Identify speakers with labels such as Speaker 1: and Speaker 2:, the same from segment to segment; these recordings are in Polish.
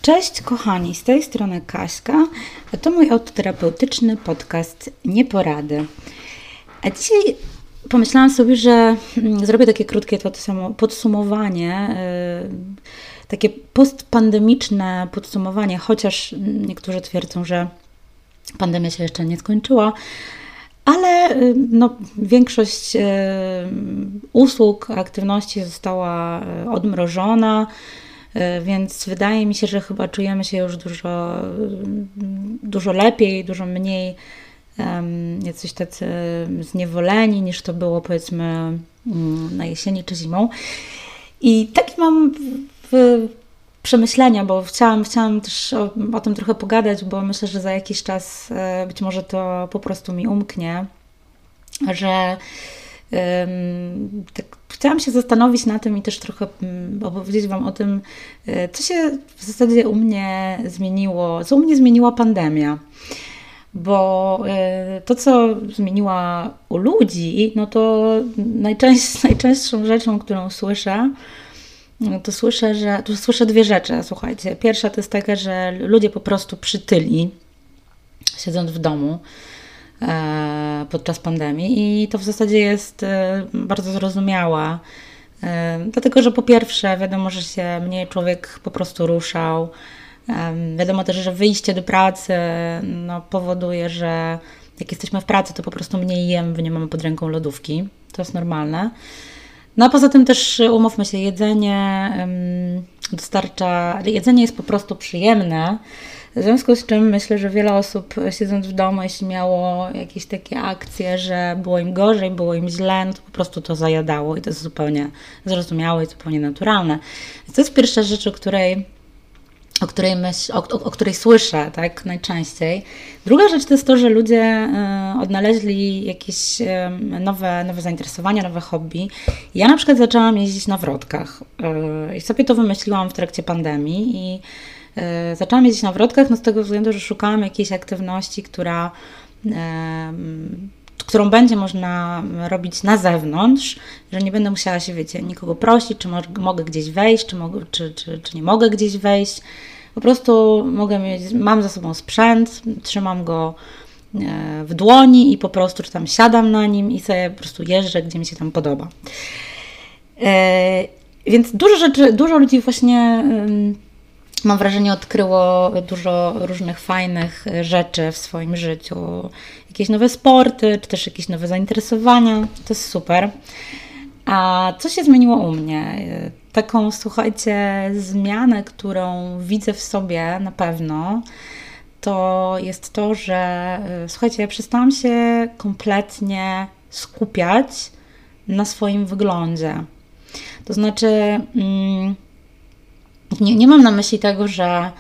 Speaker 1: Cześć kochani, z tej strony Kaśka, a to mój autoterapeutyczny podcast Nieporady. A dzisiaj pomyślałam sobie, że zrobię takie krótkie podsumowanie, takie postpandemiczne podsumowanie, chociaż niektórzy twierdzą, że pandemia się jeszcze nie skończyła, ale większość usług, aktywności została odmrożona, więc wydaje mi się, że chyba czujemy się już dużo lepiej, dużo mniej jacyś tacy zniewoleni, niż to było powiedzmy na jesieni czy zimą. I takie mam przemyślenia, bo chciałam też o tym trochę pogadać, bo myślę, że za jakiś czas być może to po prostu mi umknie, że tak chciałam się zastanowić na tym i też trochę opowiedzieć Wam o tym, co się w zasadzie u mnie zmieniło, co u mnie zmieniła pandemia. Bo to, co zmieniła u ludzi, no to najczęstszą rzeczą, którą słyszę, to słyszę dwie rzeczy. Słuchajcie, pierwsza to jest taka, że ludzie po prostu przytyli, siedząc w domu podczas pandemii i to w zasadzie jest bardzo zrozumiałe, dlatego, że po pierwsze wiadomo, że się mniej człowiek po prostu ruszał, wiadomo też, że wyjście do pracy powoduje, że jak jesteśmy w pracy, to po prostu mniej jemy, nie mamy pod ręką lodówki, to jest normalne. No a poza tym też umówmy się, jedzenie jest po prostu przyjemne. W związku z czym myślę, że wiele osób siedząc w domu, jeśli miało jakieś takie akcje, że było im gorzej, było im źle, no to po prostu to zajadało i to jest zupełnie zrozumiałe i zupełnie naturalne. Więc to jest pierwsza rzecz, o której słyszę tak najczęściej. Druga rzecz to jest to, że ludzie odnaleźli jakieś nowe zainteresowania, nowe hobby. Ja na przykład zaczęłam jeździć na wrotkach i sobie to wymyśliłam w trakcie pandemii i zaczęłam jeździć na wrotkach z tego względu, że szukałam jakiejś aktywności, którą będzie można robić na zewnątrz, że nie będę musiała się, nikogo prosić, czy mogę gdzieś wejść, czy nie mogę gdzieś wejść. Po prostu mam za sobą sprzęt, trzymam go w dłoni i po prostu czy tam siadam na nim i sobie po prostu jeżdżę, gdzie mi się tam podoba. Więc dużo ludzi właśnie, mam wrażenie, odkryło dużo różnych fajnych rzeczy w swoim życiu. Jakieś nowe sporty, czy też jakieś nowe zainteresowania. To jest super. A co się zmieniło u mnie? Taką, słuchajcie, zmianę, którą widzę w sobie na pewno, to jest to, że słuchajcie, ja przestałam się kompletnie skupiać na swoim wyglądzie. To znaczy, nie mam na myśli tego, że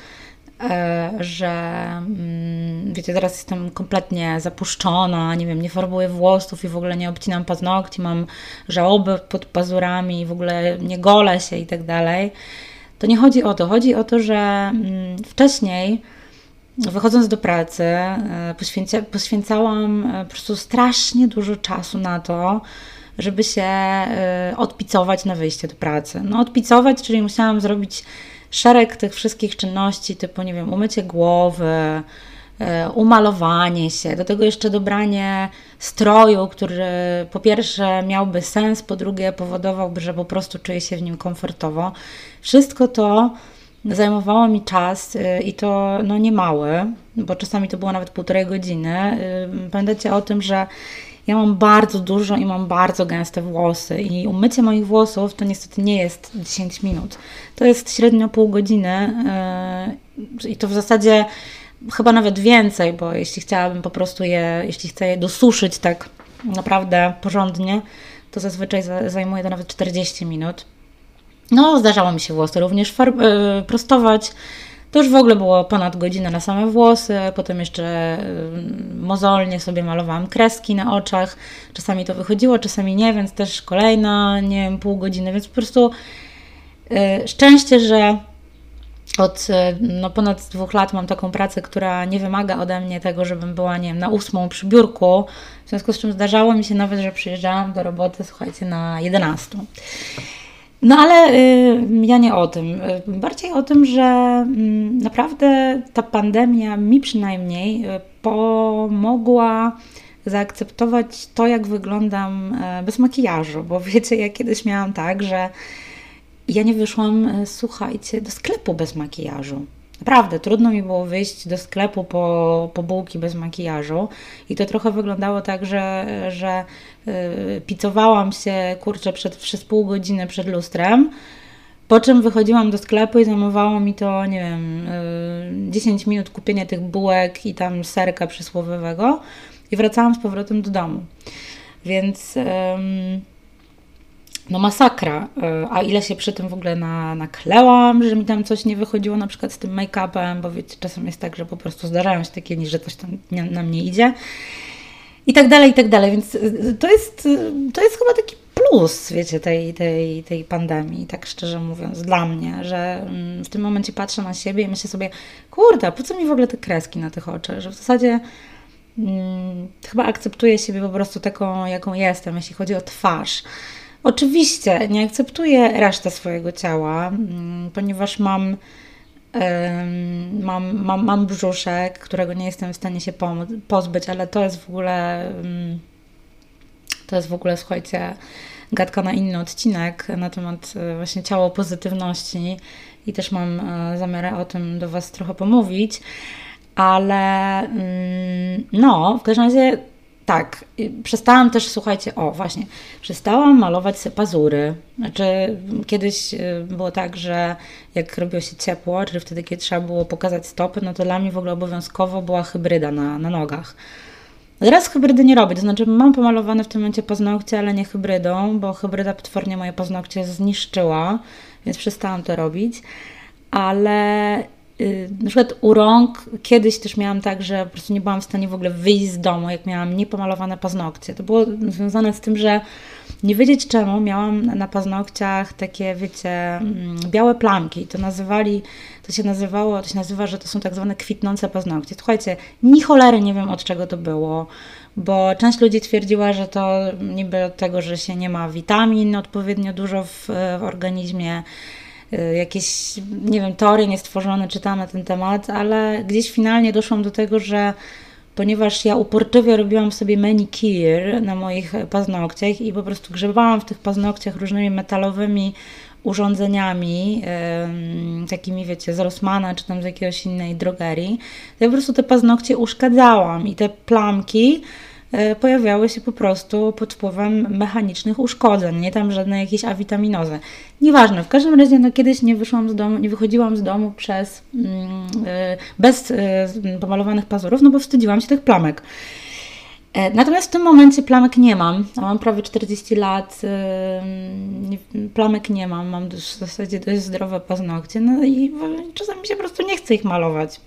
Speaker 1: teraz jestem kompletnie zapuszczona, nie farbuję włosów i w ogóle nie obcinam paznokci, mam żałoby pod pazurami i w ogóle nie golę się i tak dalej. To nie chodzi o to. Chodzi o to, że wcześniej, wychodząc do pracy, poświęcałam po prostu strasznie dużo czasu na to, żeby się odpicować na wyjście do pracy. Odpicować, czyli musiałam zrobić szereg tych wszystkich czynności, typu, umycie głowy, umalowanie się, do tego jeszcze dobranie stroju, który po pierwsze miałby sens, po drugie powodowałby, że po prostu czuję się w nim komfortowo. Wszystko to zajmowało mi czas i to nie mały, bo czasami to było nawet 1,5 godziny. Pamiętajcie o tym, że ja mam bardzo dużo i mam bardzo gęste włosy i umycie moich włosów to niestety nie jest 10 minut. To jest średnio pół godziny i to w zasadzie chyba nawet więcej, bo jeśli chciałabym po prostu jeśli chcę je dosuszyć tak naprawdę porządnie, to zazwyczaj zajmuje to nawet 40 minut. Zdarzało mi się włosy również prostować. To już w ogóle było ponad godzinę na same włosy, potem jeszcze mozolnie sobie malowałam kreski na oczach. Czasami to wychodziło, czasami nie, więc też kolejna, pół godziny, więc po prostu szczęście, że od ponad 2 lat mam taką pracę, która nie wymaga ode mnie tego, żebym była, na 8 przy biurku, w związku z czym zdarzało mi się nawet, że przyjeżdżałam do roboty, słuchajcie, na 11. No ale ja nie o tym. Bardziej o tym, że naprawdę ta pandemia mi przynajmniej pomogła zaakceptować to, jak wyglądam bez makijażu. Bo wiecie, ja kiedyś miałam tak, że ja nie wyszłam, słuchajcie, do sklepu bez makijażu. Naprawdę, trudno mi było wyjść do sklepu po bułki bez makijażu i to trochę wyglądało tak, że picowałam się, kurczę, przez pół godziny przed lustrem, po czym wychodziłam do sklepu i zajmowało mi to, nie wiem, 10 minut kupienia tych bułek i tam serka przysłowiowego i wracałam z powrotem do domu. Więc no masakra, a ile się przy tym w ogóle naklełam, że mi tam coś nie wychodziło na przykład z tym make-upem, bo wiecie, czasem jest tak, że po prostu zdarzają się takie dni, że coś tam na mnie idzie i tak dalej, więc to jest chyba taki plus, wiecie, tej pandemii, tak szczerze mówiąc, dla mnie, że w tym momencie patrzę na siebie i myślę sobie, kurde, po co mi w ogóle te kreski na tych oczach, że w zasadzie chyba akceptuję siebie po prostu taką, jaką jestem, jeśli chodzi o twarz. Oczywiście nie akceptuję resztę swojego ciała, ponieważ mam brzuszek, którego nie jestem w stanie się pozbyć, ale to jest w ogóle, słuchajcie, gadka na inny odcinek na temat właśnie ciało pozytywności i też mam zamiar o tym do Was trochę pomówić, ale no, w każdym razie tak, przestałam też, słuchajcie, przestałam malować sobie pazury. Znaczy, kiedyś było tak, że jak robiło się ciepło, czyli wtedy, kiedy trzeba było pokazać stopy, no to dla mnie w ogóle obowiązkowo była hybryda na nogach. Teraz hybrydy nie robię, to znaczy mam pomalowane w tym momencie paznokcie, ale nie hybrydą, bo hybryda potwornie moje paznokcie zniszczyła, więc przestałam to robić, ale na przykład u rąk kiedyś też miałam tak, że po prostu nie byłam w stanie w ogóle wyjść z domu, jak miałam niepomalowane paznokcie. To było związane z tym, że nie wiedzieć czemu miałam na paznokciach takie, wiecie, białe plamki. To się nazywa, że to są tak zwane kwitnące paznokcie. Słuchajcie, ni cholery nie wiem, od czego to było, bo część ludzi twierdziła, że to niby od tego, że się nie ma witamin odpowiednio dużo w organizmie, jakieś, nie wiem, teorie niestworzone czytałam na ten temat, ale gdzieś finalnie doszłam do tego, że ponieważ ja uporczywie robiłam sobie manicure na moich paznokciach i po prostu grzebałam w tych paznokciach różnymi metalowymi urządzeniami, takimi, wiecie, z Rossmana czy tam z jakiejś innej drogerii, to ja po prostu te paznokcie uszkadzałam i te plamki pojawiały się po prostu pod wpływem mechanicznych uszkodzeń, nie tam żadne jakieś awitaminozy. Nieważne, w każdym razie no, kiedyś nie wychodziłam z domu bez pomalowanych pazurów, no bo wstydziłam się tych plamek. Natomiast w tym momencie plamek nie mam. Mam prawie 40 lat, plamek nie mam. Mam w zasadzie dość zdrowe paznokcie, no i czasami się po prostu nie chce ich malować.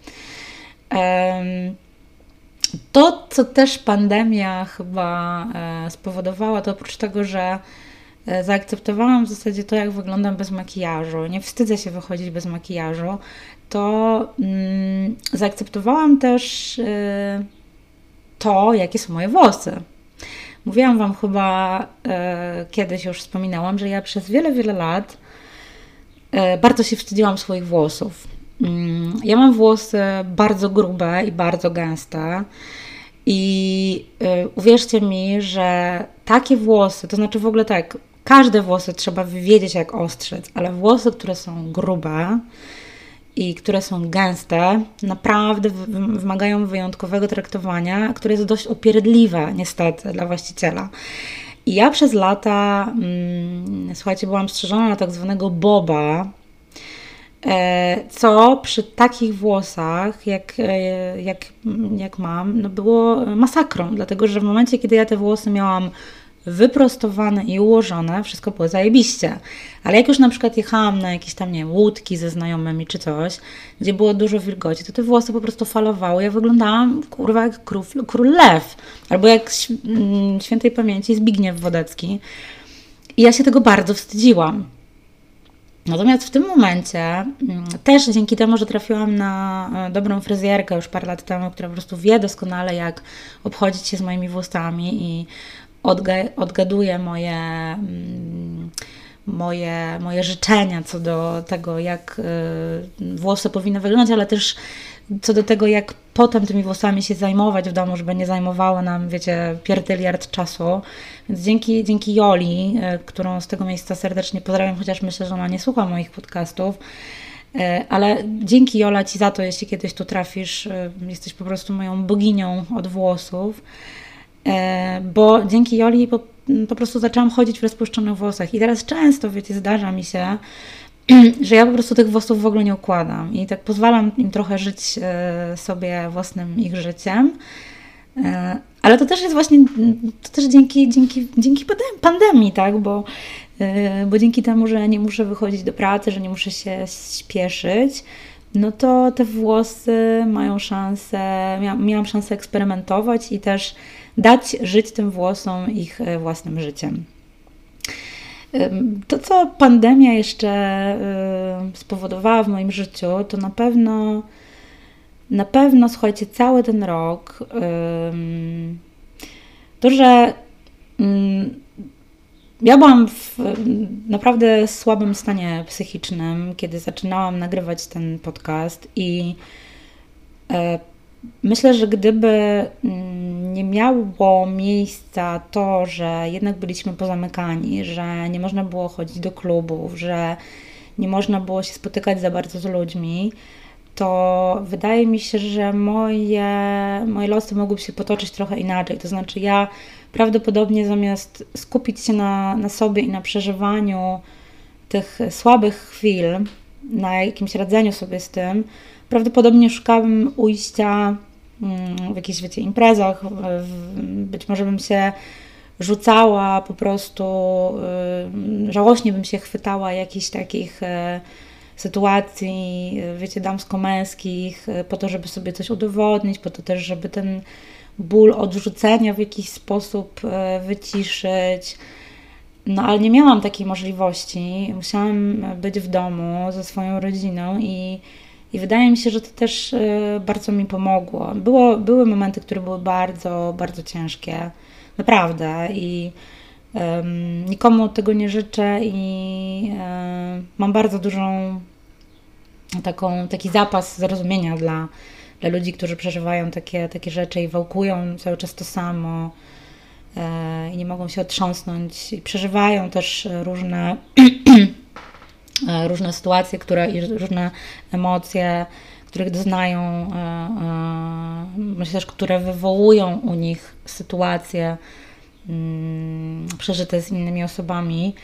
Speaker 1: To, co też pandemia chyba spowodowała, to oprócz tego, że zaakceptowałam w zasadzie to, jak wyglądam bez makijażu, nie wstydzę się wychodzić bez makijażu, to zaakceptowałam też to, jakie są moje włosy. Mówiłam Wam chyba, kiedyś już wspominałam, że ja przez wiele, wiele lat bardzo się wstydziłam swoich włosów. Ja mam włosy bardzo grube i bardzo gęste i uwierzcie mi, że takie włosy, to znaczy w ogóle tak, każde włosy trzeba wiedzieć jak ostrzec, ale włosy, które są grube i które są gęste, naprawdę wymagają wyjątkowego traktowania, które jest dość upierdliwe niestety dla właściciela. I ja przez lata, słuchajcie, byłam strzyżona na tak zwanego boba, co przy takich włosach, jak mam, no było masakrą, dlatego że w momencie, kiedy ja te włosy miałam wyprostowane i ułożone, wszystko było zajebiście. Ale jak już na przykład jechałam na jakieś tam, nie wiem, łódki ze znajomymi czy coś, gdzie było dużo wilgoci, to te włosy po prostu falowały. Ja wyglądałam, kurwa, jak król lew. Albo jak świętej pamięci Zbigniew Wodecki. I ja się tego bardzo wstydziłam. Natomiast w tym momencie, też dzięki temu, że trafiłam na dobrą fryzjerkę już parę lat temu, która po prostu wie doskonale, jak obchodzić się z moimi włosami i odgaduje moje życzenia co do tego, jak włosy powinny wyglądać, ale też co do tego, jak potem tymi włosami się zajmować w domu, żeby nie zajmowało nam, wiecie, pierdyliard czasu. Więc dzięki Joli, którą z tego miejsca serdecznie pozdrawiam, chociaż myślę, że ona nie słucha moich podcastów, ale dzięki Jola Ci za to, jeśli kiedyś tu trafisz, jesteś po prostu moją boginią od włosów, bo dzięki Joli po prostu zaczęłam chodzić w rozpuszczonych włosach i teraz często, wiecie, zdarza mi się, że ja po prostu tych włosów w ogóle nie układam i tak pozwalam im trochę żyć sobie własnym ich życiem. Ale to też jest właśnie, to też dzięki pandemii, tak, bo dzięki temu, że nie muszę wychodzić do pracy, że nie muszę się śpieszyć, no to te włosy mają szansę, miałam szansę eksperymentować i też dać żyć tym włosom ich własnym życiem. To, co pandemia jeszcze spowodowała w moim życiu, to na pewno, słuchajcie, cały ten rok, to, że ja byłam w naprawdę słabym stanie psychicznym, kiedy zaczynałam nagrywać ten podcast i myślę, że gdyby nie miało miejsca to, że jednak byliśmy pozamykani, że nie można było chodzić do klubów, że nie można było się spotykać za bardzo z ludźmi, to wydaje mi się, że moje losy mogłyby się potoczyć trochę inaczej. To znaczy ja prawdopodobnie zamiast skupić się na sobie i na przeżywaniu tych słabych chwil, na jakimś radzeniu sobie z tym, prawdopodobnie szukałabym ujścia w jakichś, wiecie, imprezach. Być może bym się rzucała po prostu, żałośnie bym się chwytała jakichś takich sytuacji, wiecie, damsko-męskich, po to, żeby sobie coś udowodnić, po to też, żeby ten ból odrzucenia w jakiś sposób wyciszyć. No ale nie miałam takiej możliwości. Musiałam być w domu ze swoją rodziną i wydaje mi się, że to też bardzo mi pomogło. Były momenty, które były bardzo, bardzo ciężkie. Naprawdę. I nikomu tego nie życzę i mam bardzo dużą taki zapas zrozumienia dla ludzi, którzy przeżywają takie rzeczy i wałkują cały czas to samo i nie mogą się otrząsnąć i przeżywają też różne sytuacje, i różne emocje, których doznają, myślę też, które wywołują u nich sytuacje przeżyte z innymi osobami.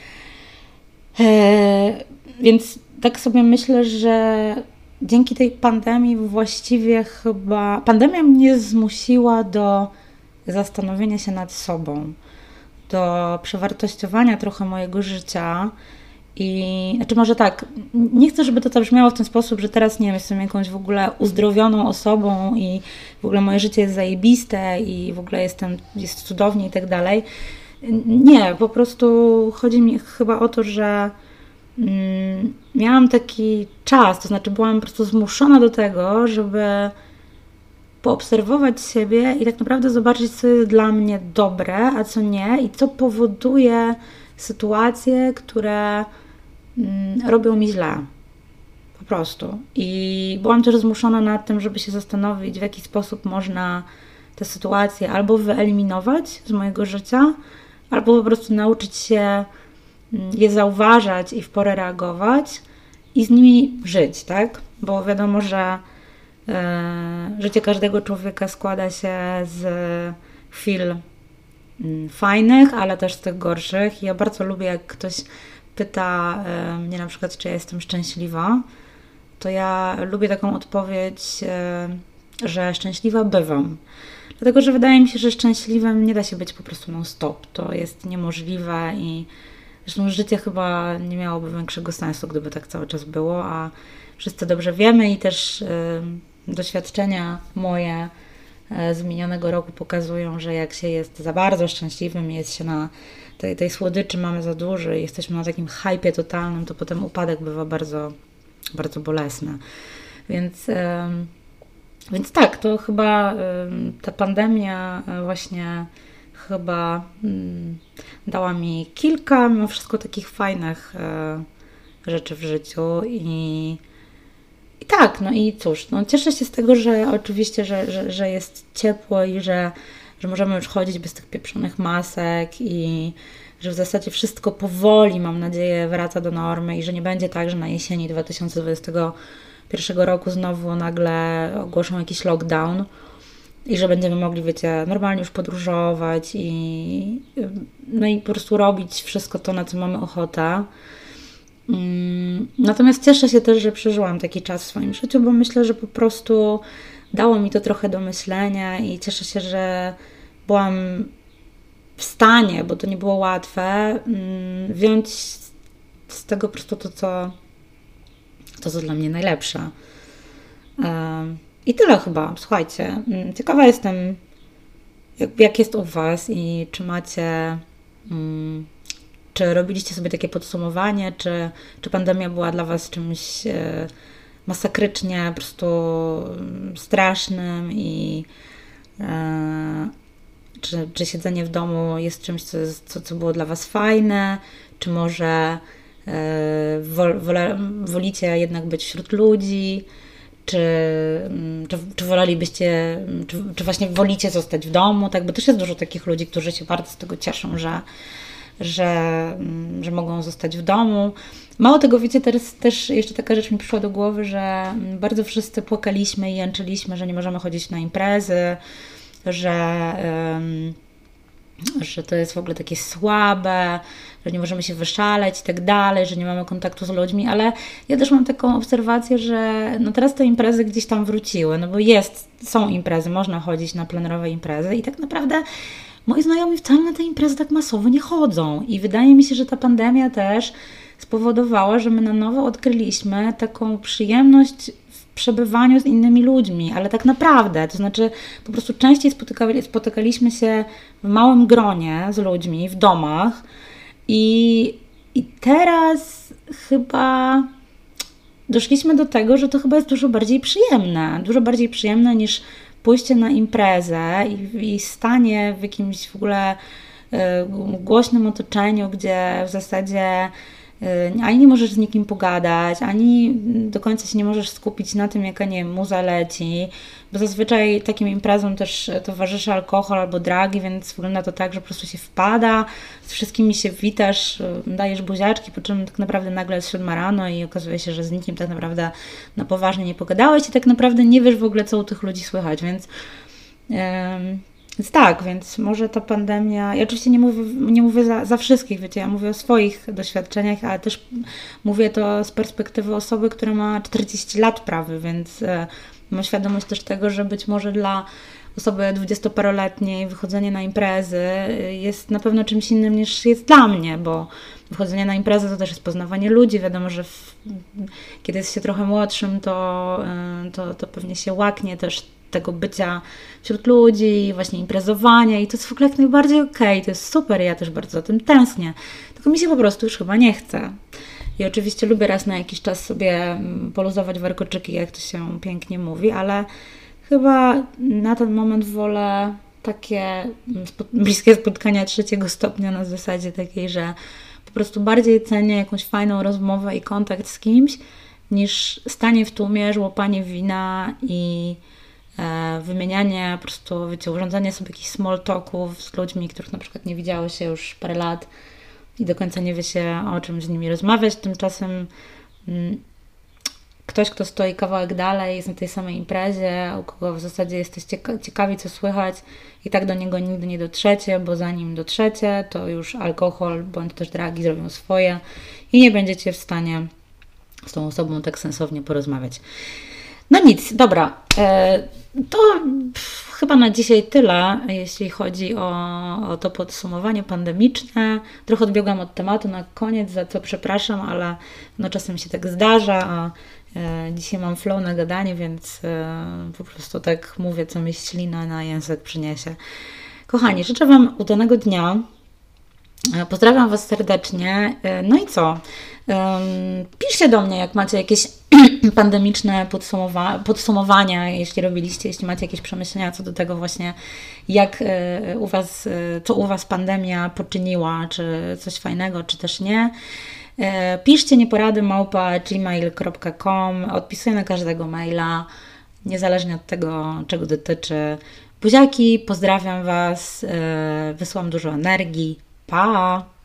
Speaker 1: Więc tak sobie myślę, że dzięki tej pandemii właściwie chyba pandemia mnie zmusiła do zastanowienia się nad sobą, do przewartościowania trochę mojego życia. I znaczy może tak, nie chcę, żeby to zabrzmiało w ten sposób, że teraz, nie wiem, jestem jakąś w ogóle uzdrowioną osobą i w ogóle moje życie jest zajebiste i w ogóle jest cudownie i tak dalej. Nie, po prostu chodzi mi chyba o to, że miałam taki czas, to znaczy byłam po prostu zmuszona do tego, żeby poobserwować siebie i tak naprawdę zobaczyć, co jest dla mnie dobre, a co nie i co powoduje sytuacje, które robią mi źle. Po prostu. I byłam też zmuszona nad tym, żeby się zastanowić, w jaki sposób można te sytuacje albo wyeliminować z mojego życia, albo po prostu nauczyć się je zauważać i w porę reagować i z nimi żyć, tak? Bo wiadomo, że życie każdego człowieka składa się z chwil fajnych, ale też z tych gorszych. Ja bardzo lubię, jak ktoś pyta mnie na przykład, czy ja jestem szczęśliwa, to ja lubię taką odpowiedź, że szczęśliwa bywam. Dlatego, że wydaje mi się, że szczęśliwym nie da się być po prostu non-stop. To jest niemożliwe i zresztą życie chyba nie miałoby większego sensu, gdyby tak cały czas było, a wszyscy dobrze wiemy i też doświadczenia moje z minionego roku pokazują, że jak się jest za bardzo szczęśliwym, jest się na tej słodyczy mamy za dużo i jesteśmy na takim hypie totalnym, to potem upadek bywa bardzo, bardzo bolesny. Więc tak, to chyba ta pandemia właśnie chyba dała mi kilka, mimo wszystko, takich fajnych rzeczy w życiu i tak, no i cóż, no cieszę się z tego, że oczywiście, że jest ciepło i że możemy już chodzić bez tych pieprzonych masek i że w zasadzie wszystko powoli, mam nadzieję, wraca do normy i że nie będzie tak, że na jesieni 2021 roku znowu nagle ogłoszą jakiś lockdown i że będziemy mogli, wiecie, normalnie już podróżować no i po prostu robić wszystko to, na co mamy ochotę. Natomiast cieszę się też, że przeżyłam taki czas w swoim życiu, bo myślę, że po prostu dało mi to trochę do myślenia i cieszę się, że byłam w stanie, bo to nie było łatwe, wziąć z tego po prostu to, co dla mnie najlepsze. I tyle chyba. Słuchajcie, ciekawa jestem, jak jest u Was i czy macie... Czy robiliście sobie takie podsumowanie, czy pandemia była dla Was czymś masakrycznie, po prostu strasznym i czy siedzenie w domu jest czymś, co było dla Was fajne, czy może wolicie jednak być wśród ludzi, czy wolelibyście, czy właśnie wolicie zostać w domu, tak? Bo też jest dużo takich ludzi, którzy się bardzo z tego cieszą, że mogą zostać w domu. Mało tego, wiecie, teraz też jeszcze taka rzecz mi przyszła do głowy, że bardzo wszyscy płakaliśmy i jęczyliśmy, że nie możemy chodzić na imprezy, że to jest w ogóle takie słabe, że nie możemy się wyszaleć i tak dalej, że nie mamy kontaktu z ludźmi, ale ja też mam taką obserwację, że no teraz te imprezy gdzieś tam wróciły, no bo są imprezy, można chodzić na plenerowe imprezy i tak naprawdę moi znajomi wcale na te imprezy tak masowo nie chodzą i wydaje mi się, że ta pandemia też spowodowała, że my na nowo odkryliśmy taką przyjemność w przebywaniu z innymi ludźmi, ale tak naprawdę, to znaczy po prostu częściej spotykaliśmy się w małym gronie z ludźmi, w domach i teraz chyba doszliśmy do tego, że to chyba jest dużo bardziej przyjemne niż pójście na imprezę i stanie w jakimś w ogóle głośnym otoczeniu, gdzie w zasadzie ani nie możesz z nikim pogadać, ani do końca się nie możesz skupić na tym, jaka, nie wiem, muza leci, bo zazwyczaj takim imprezom też towarzyszy alkohol albo dragi, więc wygląda to tak, że po prostu się wpada, z wszystkimi się witasz, dajesz buziaczki, po czym tak naprawdę nagle jest 7 rano i okazuje się, że z nikim tak naprawdę na poważnie nie pogadałeś i tak naprawdę nie wiesz w ogóle, co u tych ludzi słychać, więc tak, więc może ta pandemia, ja oczywiście nie mówię za wszystkich, wiecie, ja mówię o swoich doświadczeniach, ale też mówię to z perspektywy osoby, która ma 40 lat prawie, więc mam świadomość też tego, że być może dla osoby 20-paroletniej wychodzenie na imprezy jest na pewno czymś innym niż jest dla mnie, bo wychodzenie na imprezę to też jest poznawanie ludzi, wiadomo, że kiedy jest się trochę młodszym, to pewnie się łaknie też tego bycia wśród ludzi, właśnie imprezowania i to jest w ogóle jak najbardziej okej, to jest super, ja też bardzo za tym tęsknię, tylko mi się po prostu już chyba nie chce. I oczywiście lubię raz na jakiś czas sobie poluzować warkoczyki, jak to się pięknie mówi, ale chyba na ten moment wolę takie bliskie spotkania 3. stopnia na zasadzie takiej, że po prostu bardziej cenię jakąś fajną rozmowę i kontakt z kimś, niż stanie w tłumie, żłopanie wina i wymienianie, po prostu, wiecie, urządzanie sobie jakichś small talków z ludźmi, których na przykład nie widziało się już parę lat i do końca nie wie się, o czym z nimi rozmawiać. Tymczasem ktoś, kto stoi kawałek dalej, jest na tej samej imprezie, u kogo w zasadzie jesteście ciekawi, co słychać i tak do niego nigdy nie dotrzecie, bo zanim dotrzecie, to już alkohol bądź też dragi zrobią swoje i nie będziecie w stanie z tą osobą tak sensownie porozmawiać. No nic, dobra. To chyba na dzisiaj tyle, jeśli chodzi o to podsumowanie pandemiczne. Trochę odbiegłam od tematu na koniec, za co przepraszam, ale no czasem się tak zdarza, a dzisiaj mam flow na gadanie, więc po prostu tak mówię, co mi ślina na język przyniesie. Kochani, życzę Wam udanego dnia. Pozdrawiam Was serdecznie. No i co? Piszcie do mnie, jak macie jakieś pandemiczne podsumowania, jeśli robiliście, jeśli macie jakieś przemyślenia co do tego właśnie, jak u Was, co u Was pandemia poczyniła, czy coś fajnego, czy też nie. Piszcie nieporady@gmail.com. Odpisuję na każdego maila, niezależnie od tego, czego dotyczy. Buziaki, pozdrawiam Was, wysyłam dużo energii. Pa!